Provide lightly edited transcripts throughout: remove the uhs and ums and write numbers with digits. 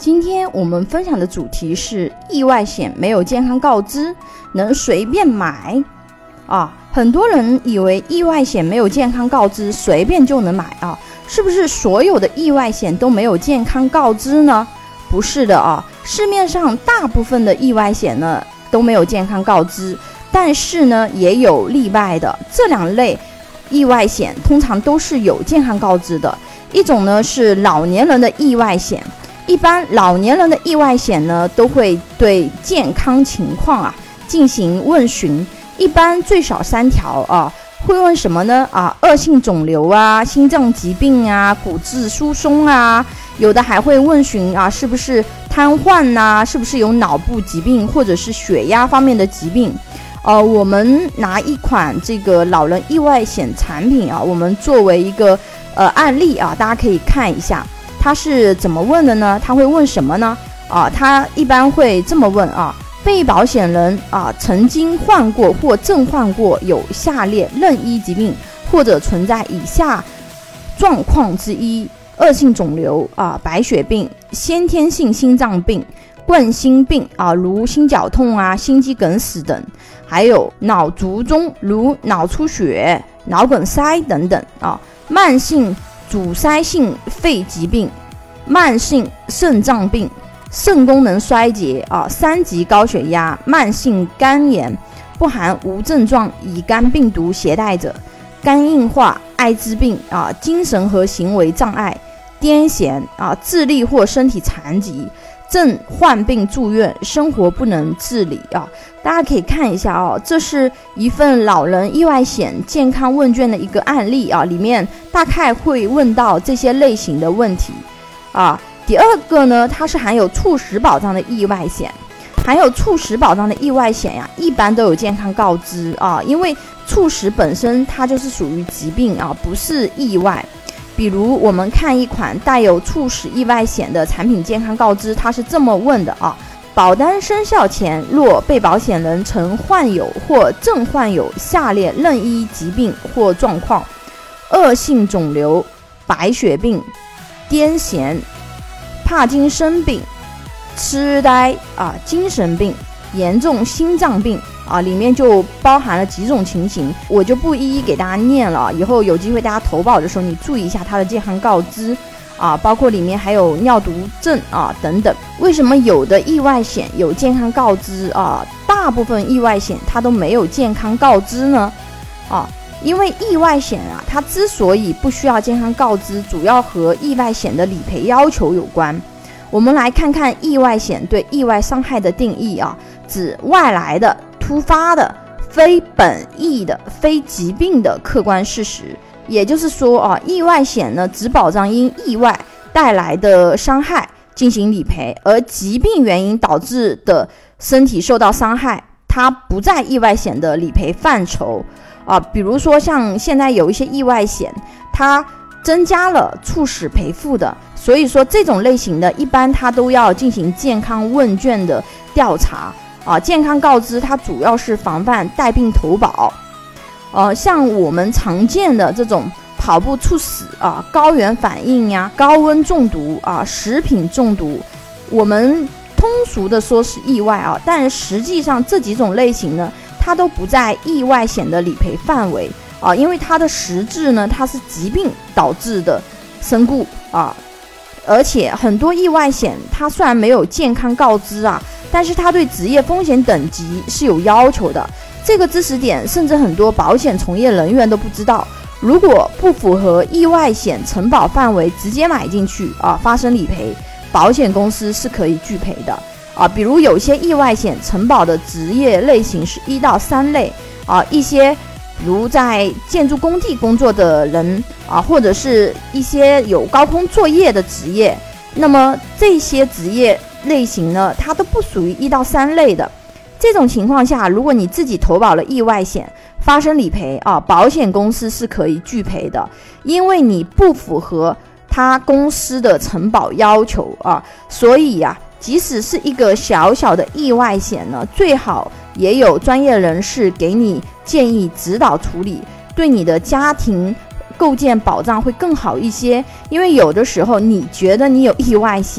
今天我们分享的主题是意外险没有健康告知，能随便买很多人以为意外险没有健康告知，随便就能买是不是所有的意外险都没有健康告知呢？不是的市面上大部分的意外险呢都没有健康告知，但是呢也有例外的。这两类意外险通常都是有健康告知的。一种呢是老年人的意外险，一般老年人的意外险呢都会对健康情况进行问询，一般最少3条会问什么呢？恶性肿瘤心脏疾病骨质疏松有的还会问询是不是瘫痪是不是有脑部疾病或者是血压方面的疾病。我们拿一款这个老人意外险产品我们作为一个案例大家可以看一下他是怎么问的呢？他会问什么呢？他一般会这么问被保险人曾经患过或正患过有下列任一疾病，或者存在以下状况之一：恶性肿瘤白血病、先天性心脏病、冠心病如心绞痛心肌梗死等，还有脑卒中如脑出血、脑梗塞等等慢性阻塞性肺疾病、慢性肾脏病、肾功能衰竭3级高血压、慢性肝炎不含无症状乙肝病毒携带者、肝硬化、艾滋病精神和行为障碍、癫痫智力或身体残疾、正患病住院、生活不能自理大家可以看一下这是一份老人意外险健康问卷的一个案例里面大概会问到这些类型的问题第二个呢，它是含有猝死保障的意外险。含有猝死保障的意外险一般都有健康告知因为猝死本身它就是属于疾病不是意外。比如我们看一款带有猝死意外险的产品健康告知，它是这么问的保单生效前，若被保险人曾患有或正患有下列任一疾病或状况：恶性肿瘤、白血病、癫痫、帕金森病、痴呆精神病、严重心脏病里面就包含了几种情形，我就不一一给大家念了，以后有机会大家投保的时候你注意一下它的健康告知包括里面还有尿毒症等等。为什么有的意外险有健康告知大部分意外险它都没有健康告知呢？因为意外险它之所以不需要健康告知，主要和意外险的理赔要求有关。我们来看看意外险对意外伤害的定义指外来的、突发的、非本意的、非疾病的客观事实。也就是说意外险呢只保障因意外带来的伤害进行理赔，而疾病原因导致的身体受到伤害它不在意外险的理赔范畴比如说像现在有一些意外险它增加了猝死赔付的，所以说这种类型的一般它都要进行健康问卷的调查健康告知它主要是防范带病投保像我们常见的这种跑步猝死高原反应高温中毒食品中毒，我们通俗的说是意外但实际上这几种类型呢它都不在意外险的理赔范围因为它的实质呢它是疾病导致的身故而且很多意外险它虽然没有健康告知但是它对职业风险等级是有要求的。这个知识点甚至很多保险从业人员都不知道，如果不符合意外险承保范围直接买进去发生理赔，保险公司是可以拒赔的比如有些意外险承保的职业类型是1到3类一些比如在建筑工地工作的人或者是一些有高空作业的职业，那么这些职业类型呢它都不属于1到3类的。这种情况下，如果你自己投保了意外险发生理赔保险公司是可以拒赔的，因为你不符合他公司的承保要求所以即使是一个小小的意外险呢，最好也有专业人士给你建议指导处理，对你的家庭构建保障会更好一些。因为有的时候你觉得你有意外险，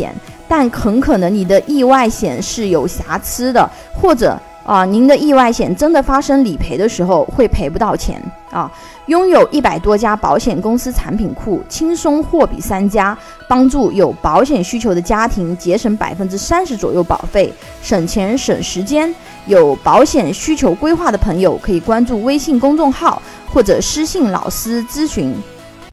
但很可能你的意外险是有瑕疵的，或者您的意外险真的发生理赔的时候会赔不到钱啊。拥有100多家保险公司产品库，轻松货比三家，帮助有保险需求的家庭节省30%左右保费，省钱省时间。有保险需求规划的朋友可以关注微信公众号或者私信老师咨询。